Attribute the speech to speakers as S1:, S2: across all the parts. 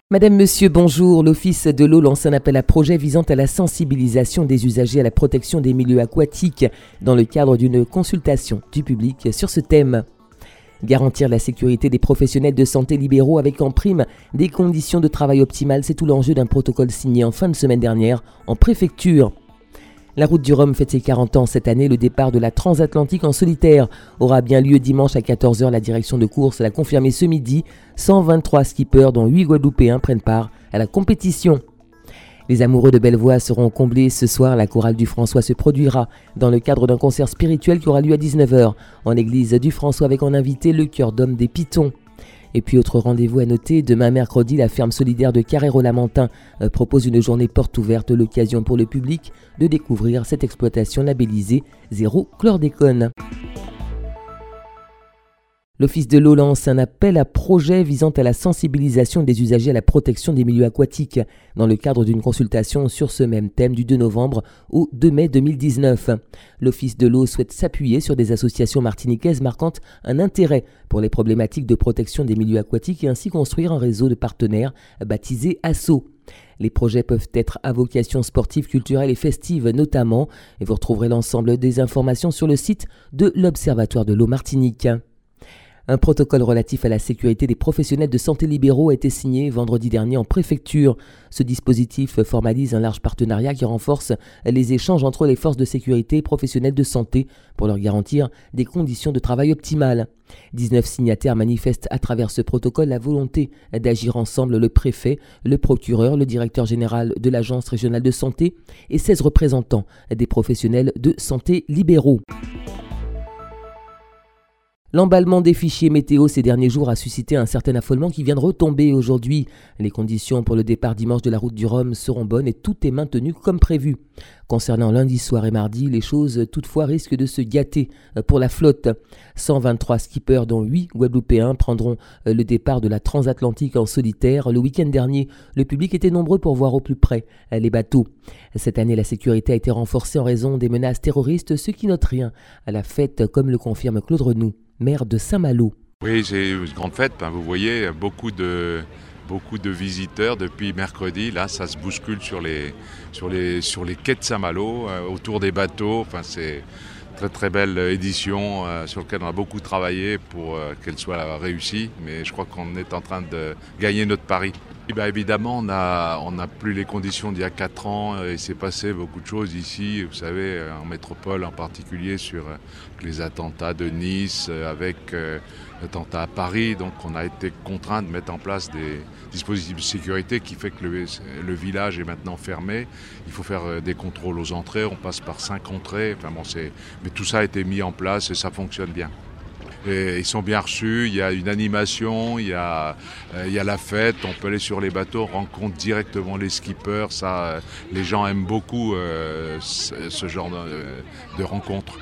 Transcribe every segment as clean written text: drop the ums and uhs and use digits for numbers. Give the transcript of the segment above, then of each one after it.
S1: Madame, Monsieur, bonjour. L'Office de l'eau lance un appel à projet visant à la sensibilisation des usagers à la protection des milieux aquatiques dans le cadre d'une consultation du public sur ce thème. Garantir la sécurité des professionnels de santé libéraux avec en prime des conditions de travail optimales, c'est tout l'enjeu d'un protocole signé en fin de semaine dernière en préfecture. La route du Rhum fête ses 40 ans cette année. Le départ de la transatlantique en solitaire aura bien lieu dimanche à 14h. La direction de course l'a confirmé ce midi. 123 skippers, dont 8 Guadeloupéens, prennent part à la compétition. Les amoureux de Bellevoie seront comblés ce soir. La chorale du François se produira dans le cadre d'un concert spirituel qui aura lieu à 19h en l'église du François avec en invité le chœur d'hommes des Pitons. Et puis autre rendez-vous à noter, demain mercredi, la ferme solidaire de Carrère-au-Lamentin propose une journée porte ouverte, l'occasion pour le public de découvrir cette exploitation labellisée zéro chlordécone. L'Office de l'eau lance un appel à projet visant à la sensibilisation des usagers à la protection des milieux aquatiques dans le cadre d'une consultation sur ce même thème du 2 novembre au 2 mai 2019. L'Office de l'eau souhaite s'appuyer sur des associations martiniquaises marquant un intérêt pour les problématiques de protection des milieux aquatiques et ainsi construire un réseau de partenaires baptisé ASSO. Les projets peuvent être à vocation sportive, culturelle et festive notamment, et vous retrouverez l'ensemble des informations sur le site de l'Observatoire de l'eau Martinique. Un protocole relatif à la sécurité des professionnels de santé libéraux a été signé vendredi dernier en préfecture. Ce dispositif formalise un large partenariat qui renforce les échanges entre les forces de sécurité et professionnels de santé pour leur garantir des conditions de travail optimales. 19 signataires manifestent à travers ce protocole la volonté d'agir ensemble: le préfet, le procureur, le directeur général de l'Agence régionale de santé et 16 représentants des professionnels de santé libéraux. L'emballement des fichiers météo ces derniers jours a suscité un certain affolement qui vient de retomber aujourd'hui. Les conditions pour le départ dimanche de la route du Rhum seront bonnes et tout est maintenu comme prévu. Concernant lundi soir et mardi, les choses toutefois risquent de se gâter pour la flotte. 123 skippers, dont 8 Guadeloupéens, prendront le départ de la transatlantique en solitaire. Le week-end dernier, le public était nombreux pour voir au plus près les bateaux. Cette année, la sécurité a été renforcée en raison des menaces terroristes, ce qui n'ôte rien à la fête, comme le confirme Claude Renou, maire de Saint-Malo.
S2: Oui, c'est une grande fête. Vous voyez, beaucoup de visiteurs depuis mercredi. Là, ça se bouscule sur les quais de Saint-Malo, autour des bateaux. C'est une très très belle édition sur laquelle on a beaucoup travaillé pour qu'elle soit réussie. Mais je crois qu'on est en train de gagner notre pari. Et évidemment, on n'a plus les conditions d'il y a 4 ans. Il s'est passé beaucoup de choses ici, vous savez, en métropole en particulier, sur les attentats de Nice, avec l'attentat à Paris. Donc on a été contraint de mettre en place des dispositifs de sécurité qui fait que le village est maintenant fermé. Il faut faire des contrôles aux entrées, on passe par 5 entrées. Mais tout ça a été mis en place et ça fonctionne bien. Et ils sont bien reçus, il y a une animation, il y a la fête, on peut aller sur les bateaux, on rencontre directement les skippers, les gens aiment beaucoup ce genre de rencontres.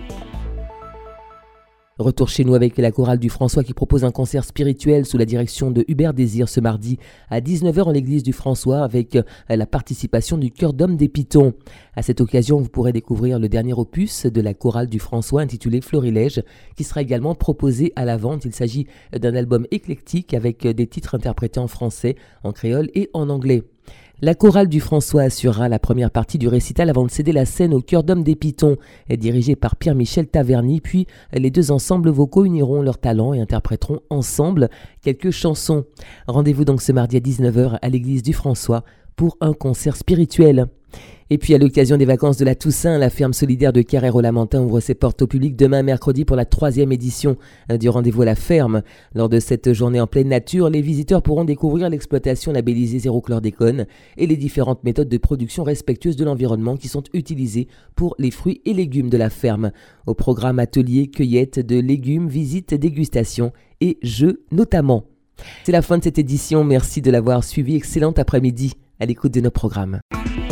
S1: Retour chez nous avec la chorale du François qui propose un concert spirituel sous la direction de Hubert Désir ce mardi à 19h en l'église du François avec la participation du chœur d'hommes des Pitons. À cette occasion, vous pourrez découvrir le dernier opus de la chorale du François intitulé Florilège qui sera également proposé à la vente. Il s'agit d'un album éclectique avec des titres interprétés en français, en créole et en anglais. La chorale du François assurera la première partie du récital avant de céder la scène au chœur d'hommes des Pitons, dirigé par Pierre-Michel Taverny, puis les deux ensembles vocaux uniront leurs talents et interpréteront ensemble quelques chansons. Rendez-vous donc ce mardi à 19h à l'église du François pour un concert spirituel. Et puis à l'occasion des vacances de la Toussaint, la ferme solidaire de Carrère-au-Lamentin ouvre ses portes au public demain mercredi pour la 3e édition du rendez-vous à la ferme. Lors de cette journée en pleine nature, les visiteurs pourront découvrir l'exploitation labellisée zéro chlordécone et les différentes méthodes de production respectueuses de l'environnement qui sont utilisées pour les fruits et légumes de la ferme. Au programme atelier, cueillette de légumes, visites, dégustation et jeux notamment. C'est la fin de cette édition, merci de l'avoir suivi, excellent après-midi à l'écoute de nos programmes.